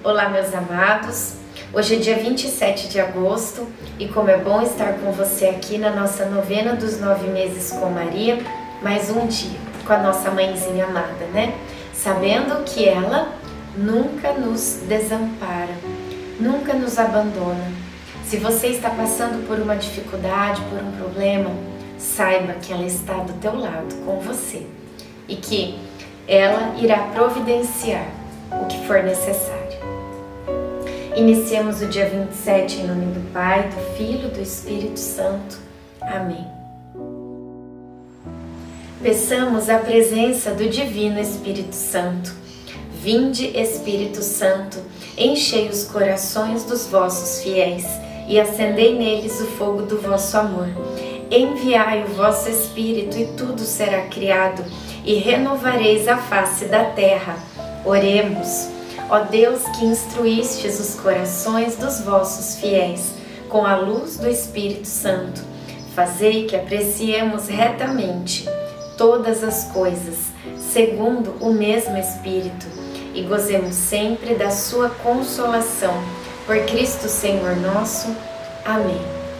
Olá, meus amados. Hoje é dia 27 de agosto e como é bom estar com você aqui na nossa novena dos 9 meses com Maria, mais um dia com a nossa mãezinha amada, né? Sabendo que ela nunca nos desampara, nunca nos abandona. Se você está passando por uma dificuldade, por um problema, saiba que ela está do teu lado, com você, e que ela irá providenciar o que for necessário. Iniciemos o dia 27 em nome do Pai, do Filho e do Espírito Santo. Amém. Peçamos a presença do Divino Espírito Santo. Vinde, Espírito Santo, enchei os corações dos vossos fiéis e acendei neles o fogo do vosso amor. Enviai o vosso Espírito e tudo será criado e renovareis a face da terra. Oremos. Ó Deus, que instruístes os corações dos vossos fiéis com a luz do Espírito Santo, fazei que apreciemos retamente todas as coisas, segundo o mesmo Espírito, e gozemos sempre da sua consolação. Por Cristo Senhor nosso. Amém.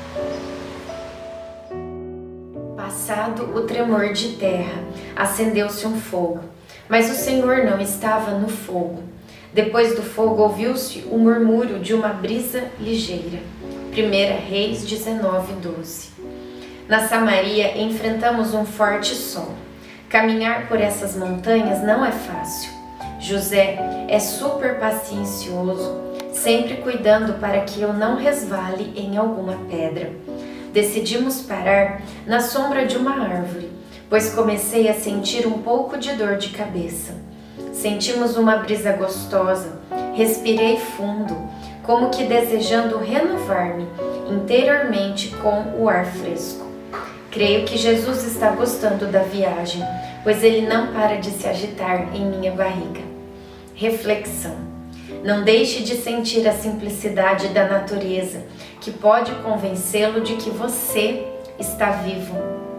Passado o tremor de terra, acendeu-se um fogo, mas o Senhor não estava no fogo. Depois do fogo ouviu-se o murmúrio de uma brisa ligeira. 1 Reis 19:12. Na Samaria enfrentamos um forte sol. Caminhar por essas montanhas não é fácil. José é super paciencioso, sempre cuidando para que eu não resvale em alguma pedra. Decidimos parar na sombra de uma árvore, pois comecei a sentir um pouco de dor de cabeça. Sentimos uma brisa gostosa, respirei fundo, como que desejando renovar-me interiormente com o ar fresco. Creio que Jesus está gostando da viagem, pois ele não para de se agitar em minha barriga. Reflexão. Não deixe de sentir a simplicidade da natureza, que pode convencê-lo de que você está vivo.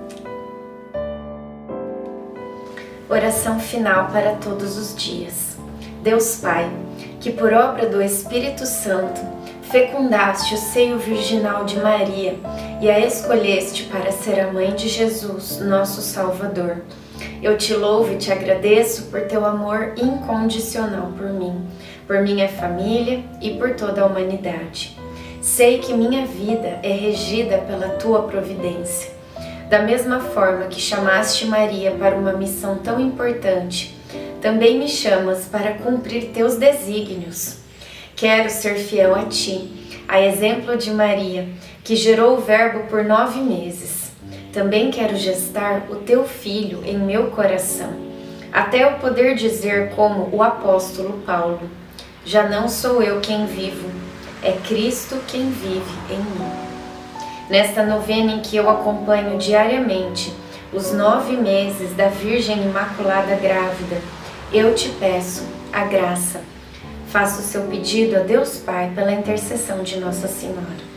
Oração final para todos os dias. Deus Pai, que por obra do Espírito Santo fecundaste o seio virginal de Maria e a escolheste para ser a mãe de Jesus, nosso Salvador. Eu te louvo e te agradeço por teu amor incondicional por mim, por minha família e por toda a humanidade. Sei que minha vida é regida pela tua providência. Da mesma forma que chamaste Maria para uma missão tão importante, também me chamas para cumprir teus desígnios. Quero ser fiel a ti, a exemplo de Maria, que gerou o Verbo por 9 meses. Também quero gestar o teu filho em meu coração, até eu poder dizer como o apóstolo Paulo: já não sou eu quem vivo, é Cristo quem vive em mim. Nesta novena em que eu acompanho diariamente os 9 meses da Virgem Imaculada Grávida, eu te peço a graça. Faça o seu pedido a Deus Pai pela intercessão de Nossa Senhora.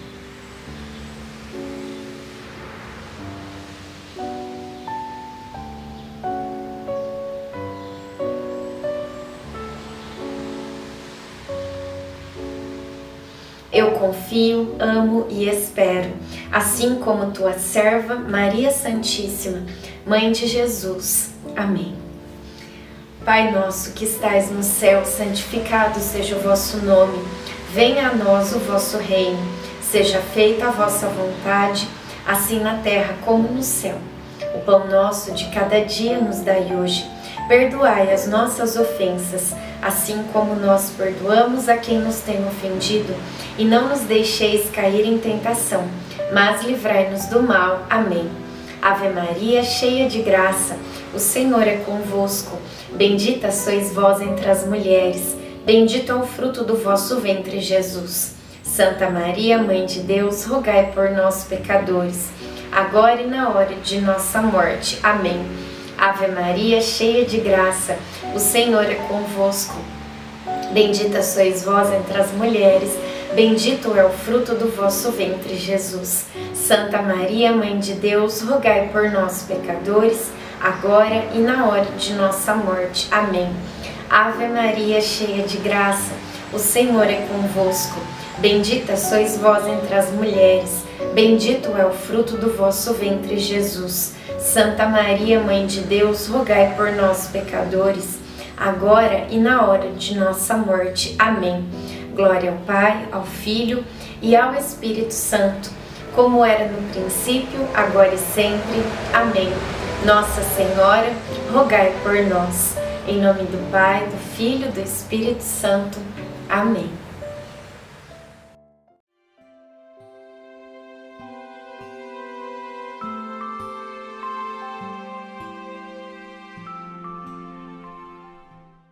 Eu confio, amo e espero, assim como tua serva Maria Santíssima, Mãe de Jesus. Amém. Pai nosso que estais no céu, santificado seja o vosso nome. Venha a nós o vosso reino. Seja feita a vossa vontade, assim na terra como no céu. O pão nosso de cada dia nos dai hoje. Perdoai as nossas ofensas, assim como nós perdoamos a quem nos tem ofendido. E não nos deixeis cair em tentação, mas livrai-nos do mal. Amém. Ave Maria, cheia de graça, o Senhor é convosco. Bendita sois vós entre as mulheres, bendito é o fruto do vosso ventre, Jesus. Santa Maria, Mãe de Deus, rogai por nós, pecadores, agora e na hora de nossa morte. Amém. Ave Maria, cheia de graça, o Senhor é convosco. Bendita sois vós entre as mulheres, bendito é o fruto do vosso ventre, Jesus. Santa Maria, Mãe de Deus, rogai por nós, pecadores, agora e na hora de nossa morte. Amém. Ave Maria, cheia de graça, O Senhor é convosco. Bendita sois vós entre as mulheres. Bendito é o fruto do vosso ventre, Jesus. Santa Maria, Mãe de Deus, rogai por nós, pecadores, agora e na hora de nossa morte. Amém. Glória ao Pai, ao Filho e ao Espírito Santo, como era no princípio, agora e sempre. Amém. Nossa Senhora, rogai por nós. Em nome do Pai, do Filho e do Espírito Santo. Amém.